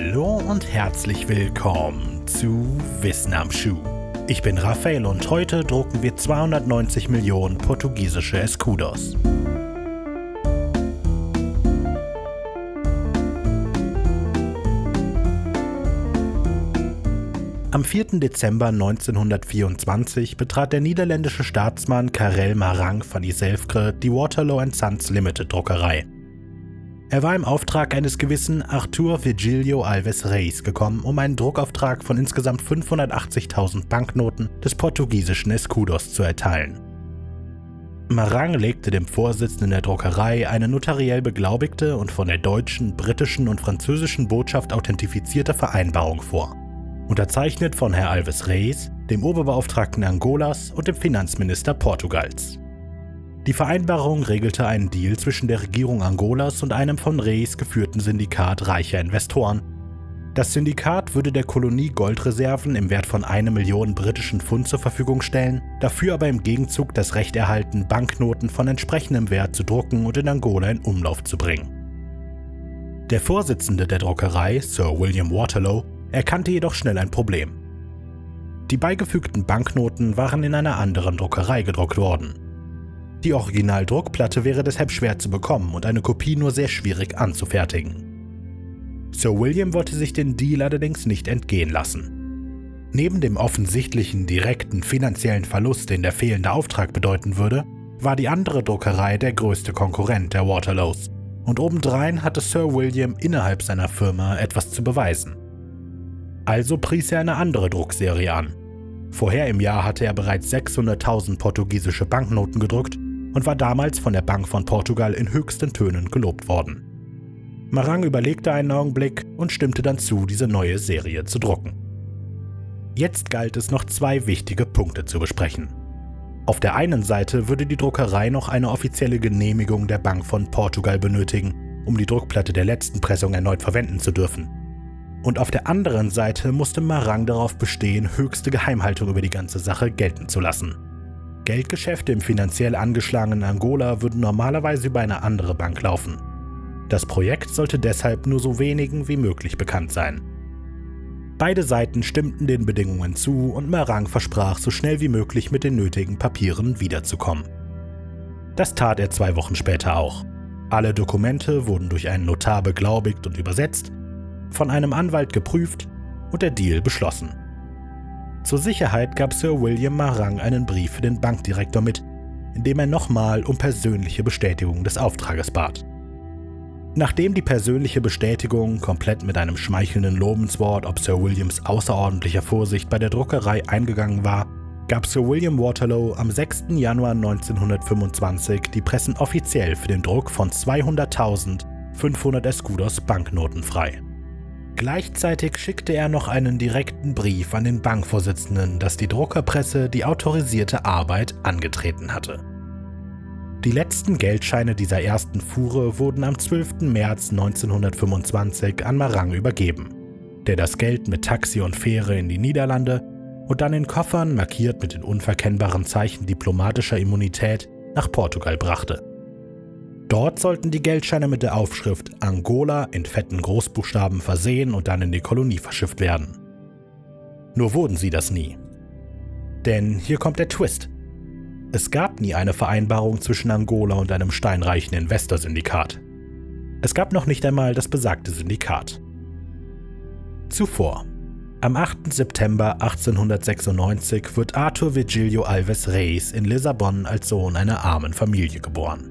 Hallo und herzlich willkommen zu Wissen am Schuh. Ich bin Raphael und heute drucken wir 290 Millionen portugiesische Escudos. Am 4. Dezember 1924 betrat der niederländische Staatsmann Karel Marang van Zyselfkre die Waterloo & Sons Limited Druckerei. Er war im Auftrag eines gewissen Arthur Virgílio Alves Reis gekommen, um einen Druckauftrag von insgesamt 580.000 Banknoten des portugiesischen Escudos zu erteilen. Marang legte dem Vorsitzenden der Druckerei eine notariell beglaubigte und von der deutschen, britischen und französischen Botschaft authentifizierte Vereinbarung vor, unterzeichnet von Herr Alves Reis, dem Oberbeauftragten Angolas und dem Finanzminister Portugals. Die Vereinbarung regelte einen Deal zwischen der Regierung Angolas und einem von Reis geführten Syndikat reicher Investoren. Das Syndikat würde der Kolonie Goldreserven im Wert von 1 Million britischen Pfund zur Verfügung stellen, dafür aber im Gegenzug das Recht erhalten, Banknoten von entsprechendem Wert zu drucken und in Angola in Umlauf zu bringen. Der Vorsitzende der Druckerei, Sir William Waterloo, erkannte jedoch schnell ein Problem. Die beigefügten Banknoten waren in einer anderen Druckerei gedruckt worden. Die Originaldruckplatte wäre deshalb schwer zu bekommen und eine Kopie nur sehr schwierig anzufertigen. Sir William wollte sich den Deal allerdings nicht entgehen lassen. Neben dem offensichtlichen direkten finanziellen Verlust, den der fehlende Auftrag bedeuten würde, war die andere Druckerei der größte Konkurrent der Waterloos. Und obendrein hatte Sir William innerhalb seiner Firma etwas zu beweisen. Also pries er eine andere Druckserie an. Vorher im Jahr hatte er bereits 600.000 portugiesische Banknoten gedruckt und war damals von der Bank von Portugal in höchsten Tönen gelobt worden. Marang überlegte einen Augenblick und stimmte dann zu, diese neue Serie zu drucken. Jetzt galt es noch 2 wichtige Punkte zu besprechen. Auf der einen Seite würde die Druckerei noch eine offizielle Genehmigung der Bank von Portugal benötigen, um die Druckplatte der letzten Pressung erneut verwenden zu dürfen. Und auf der anderen Seite musste Marang darauf bestehen, höchste Geheimhaltung über die ganze Sache gelten zu lassen. Geldgeschäfte im finanziell angeschlagenen Angola würden normalerweise über eine andere Bank laufen. Das Projekt sollte deshalb nur so wenigen wie möglich bekannt sein. Beide Seiten stimmten den Bedingungen zu und Marang versprach, so schnell wie möglich mit den nötigen Papieren wiederzukommen. Das tat er 2 Wochen später auch. Alle Dokumente wurden durch einen Notar beglaubigt und übersetzt, von einem Anwalt geprüft und der Deal beschlossen. Zur Sicherheit gab Sir William Marang einen Brief für den Bankdirektor mit, in dem er nochmal um persönliche Bestätigung des Auftrages bat. Nachdem die persönliche Bestätigung komplett mit einem schmeichelnden Lobenswort ob Sir Williams außerordentlicher Vorsicht bei der Druckerei eingegangen war, gab Sir William Waterloo am 6. Januar 1925 die Pressen offiziell für den Druck von 200.500 Escudos Banknoten frei. Gleichzeitig schickte er noch einen direkten Brief an den Bankvorsitzenden, dass die Druckerpresse die autorisierte Arbeit angetreten hatte. Die letzten Geldscheine dieser ersten Fuhre wurden am 12. März 1925 an Marang übergeben, der das Geld mit Taxi und Fähre in die Niederlande und dann in Koffern, markiert mit den unverkennbaren Zeichen diplomatischer Immunität, nach Portugal brachte. Dort sollten die Geldscheine mit der Aufschrift Angola in fetten Großbuchstaben versehen und dann in die Kolonie verschifft werden. Nur wurden sie das nie. Denn hier kommt der Twist. Es gab nie eine Vereinbarung zwischen Angola und einem steinreichen Investorsyndikat. Es gab noch nicht einmal das besagte Syndikat. Zuvor, am 8. September 1896 wird Arthur Virgílio Alves Reis in Lissabon als Sohn einer armen Familie geboren.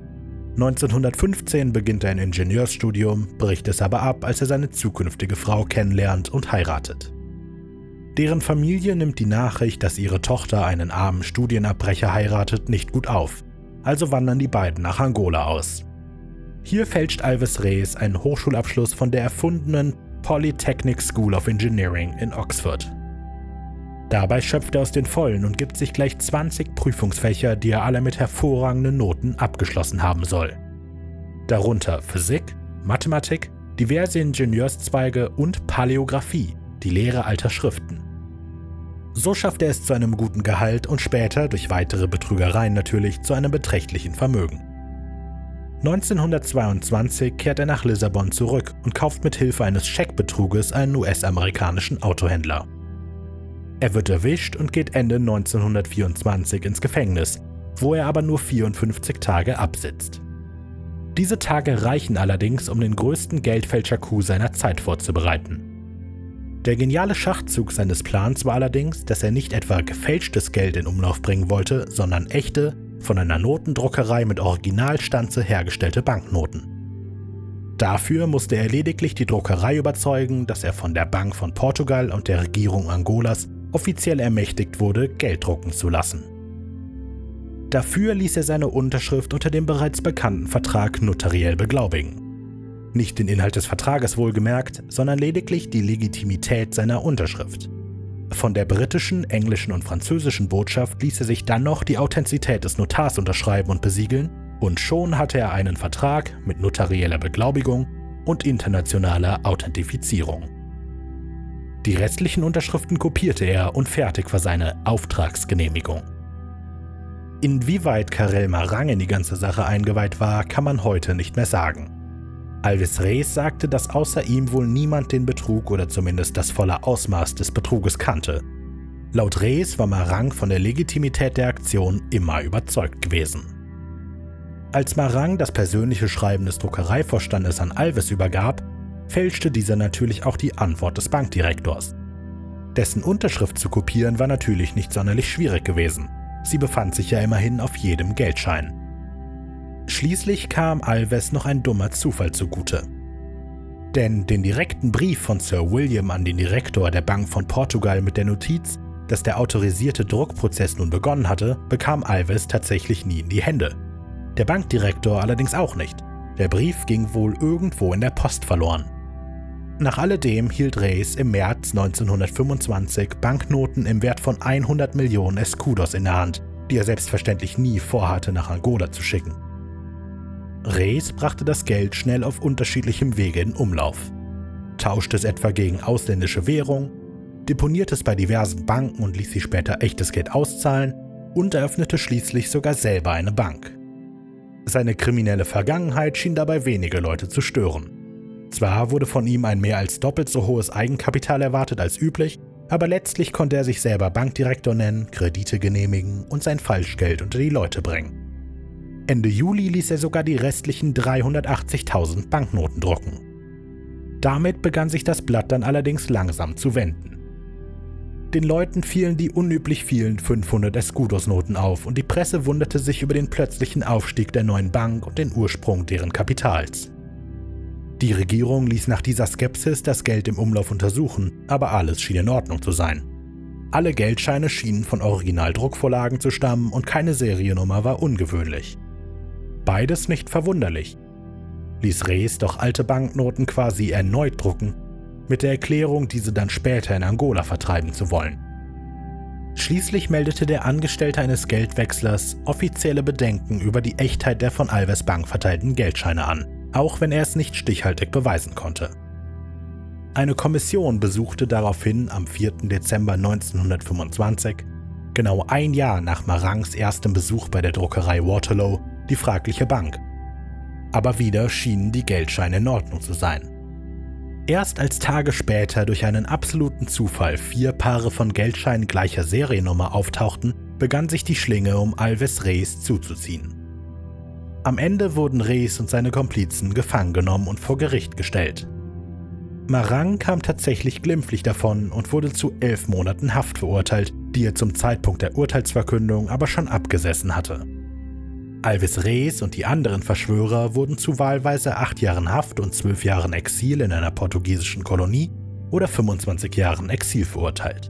1915 beginnt er ein Ingenieursstudium, bricht es aber ab, als er seine zukünftige Frau kennenlernt und heiratet. Deren Familie nimmt die Nachricht, dass ihre Tochter einen armen Studienabbrecher heiratet, nicht gut auf, also wandern die beiden nach Angola aus. Hier fälscht Alves Reis einen Hochschulabschluss von der erfundenen Polytechnic School of Engineering in Oxford. Dabei schöpft er aus den Vollen und gibt sich gleich 20 Prüfungsfächer, die er alle mit hervorragenden Noten abgeschlossen haben soll. Darunter Physik, Mathematik, diverse Ingenieurszweige und Paläographie, die Lehre alter Schriften. So schafft er es zu einem guten Gehalt und später, durch weitere Betrügereien natürlich, zu einem beträchtlichen Vermögen. 1922 kehrt er nach Lissabon zurück und kauft mit Hilfe eines Scheckbetruges einen US-amerikanischen Autohändler. Er wird erwischt und geht Ende 1924 ins Gefängnis, wo er aber nur 54 Tage absitzt. Diese Tage reichen allerdings, um den größten Geldfälscher-Coup seiner Zeit vorzubereiten. Der geniale Schachzug seines Plans war allerdings, dass er nicht etwa gefälschtes Geld in Umlauf bringen wollte, sondern echte, von einer Notendruckerei mit Originalstanze hergestellte Banknoten. Dafür musste er lediglich die Druckerei überzeugen, dass er von der Bank von Portugal und der Regierung Angolas offiziell ermächtigt wurde, Geld drucken zu lassen. Dafür ließ er seine Unterschrift unter dem bereits bekannten Vertrag notariell beglaubigen. Nicht den Inhalt des Vertrages wohlgemerkt, sondern lediglich die Legitimität seiner Unterschrift. Von der britischen, englischen und französischen Botschaft ließ er sich dann noch die Authentizität des Notars unterschreiben und besiegeln, und schon hatte er einen Vertrag mit notarieller Beglaubigung und internationaler Authentifizierung. Die restlichen Unterschriften kopierte er und fertig war seine Auftragsgenehmigung. Inwieweit Karel Marang in die ganze Sache eingeweiht war, kann man heute nicht mehr sagen. Alves Reis sagte, dass außer ihm wohl niemand den Betrug oder zumindest das volle Ausmaß des Betruges kannte. Laut Reis war Marang von der Legitimität der Aktion immer überzeugt gewesen. Als Marang das persönliche Schreiben des Druckereivorstandes an Alves übergab, fälschte dieser natürlich auch die Antwort des Bankdirektors. Dessen Unterschrift zu kopieren war natürlich nicht sonderlich schwierig gewesen. Sie befand sich ja immerhin auf jedem Geldschein. Schließlich kam Alves noch ein dummer Zufall zugute. Denn den direkten Brief von Sir William an den Direktor der Bank von Portugal mit der Notiz, dass der autorisierte Druckprozess nun begonnen hatte, bekam Alves tatsächlich nie in die Hände. Der Bankdirektor allerdings auch nicht. Der Brief ging wohl irgendwo in der Post verloren. Nach alledem hielt Reis im März 1925 Banknoten im Wert von 100 Millionen Escudos in der Hand, die er selbstverständlich nie vorhatte, nach Angola zu schicken. Reis brachte das Geld schnell auf unterschiedlichem Wege in Umlauf. Tauschte es etwa gegen ausländische Währung, deponierte es bei diversen Banken und ließ sich später echtes Geld auszahlen und eröffnete schließlich sogar selber eine Bank. Seine kriminelle Vergangenheit schien dabei wenige Leute zu stören. Zwar wurde von ihm ein mehr als doppelt so hohes Eigenkapital erwartet als üblich, aber letztlich konnte er sich selber Bankdirektor nennen, Kredite genehmigen und sein Falschgeld unter die Leute bringen. Ende Juli ließ er sogar die restlichen 380.000 Banknoten drucken. Damit begann sich das Blatt dann allerdings langsam zu wenden. Den Leuten fielen die unüblich vielen 500 Escudos-Noten auf und die Presse wunderte sich über den plötzlichen Aufstieg der neuen Bank und den Ursprung deren Kapitals. Die Regierung ließ nach dieser Skepsis das Geld im Umlauf untersuchen, aber alles schien in Ordnung zu sein. Alle Geldscheine schienen von Originaldruckvorlagen zu stammen und keine Seriennummer war ungewöhnlich. Beides nicht verwunderlich. Ließ Reis doch alte Banknoten quasi erneut drucken, mit der Erklärung, diese dann später in Angola vertreiben zu wollen. Schließlich meldete der Angestellte eines Geldwechslers offizielle Bedenken über die Echtheit der von Alves Bank verteilten Geldscheine an, auch wenn er es nicht stichhaltig beweisen konnte. Eine Kommission besuchte daraufhin am 4. Dezember 1925, genau ein Jahr nach Marangs erstem Besuch bei der Druckerei Waterloo, die fragliche Bank. Aber wieder schienen die Geldscheine in Ordnung zu sein. Erst als Tage später durch einen absoluten Zufall 4 Paare von Geldscheinen gleicher Seriennummer auftauchten, begann sich die Schlinge um Alves Reis zuzuziehen. Am Ende wurden Reis und seine Komplizen gefangen genommen und vor Gericht gestellt. Marang kam tatsächlich glimpflich davon und wurde zu 11 Monaten Haft verurteilt, die er zum Zeitpunkt der Urteilsverkündung aber schon abgesessen hatte. Alves Reis und die anderen Verschwörer wurden zu wahlweise 8 Jahren Haft und 12 Jahren Exil in einer portugiesischen Kolonie oder 25 Jahren Exil verurteilt.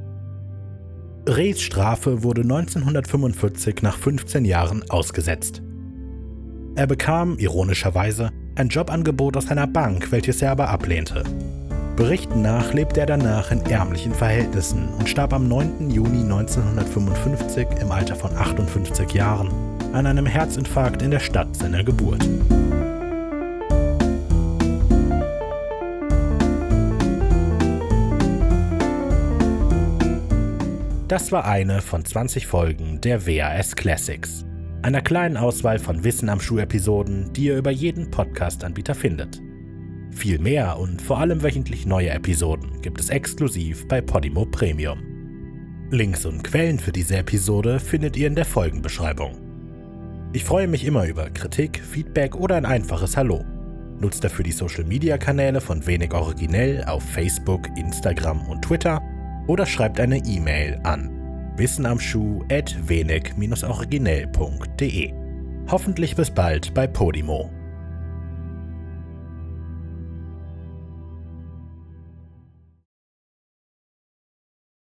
Reis' Strafe wurde 1945 nach 15 Jahren ausgesetzt. Er bekam, ironischerweise, ein Jobangebot aus einer Bank, welches er aber ablehnte. Berichten nach lebte er danach in ärmlichen Verhältnissen und starb am 9. Juni 1955 im Alter von 58 Jahren an einem Herzinfarkt in der Stadt seiner Geburt. Das war eine von 20 Folgen der WAS Classics. einer kleinen Auswahl von Wissen am Schuh-Episoden, die ihr über jeden Podcast-Anbieter findet. Viel mehr und vor allem wöchentlich neue Episoden gibt es exklusiv bei Podimo Premium. Links und Quellen für diese Episode findet ihr in der Folgenbeschreibung. Ich freue mich immer über Kritik, Feedback oder ein einfaches Hallo. Nutzt dafür die Social-Media-Kanäle von Wenig Originell auf Facebook, Instagram und Twitter oder schreibt eine E-Mail an wissenamschuh@wenig-originell.de. Hoffentlich bis bald bei Podimo.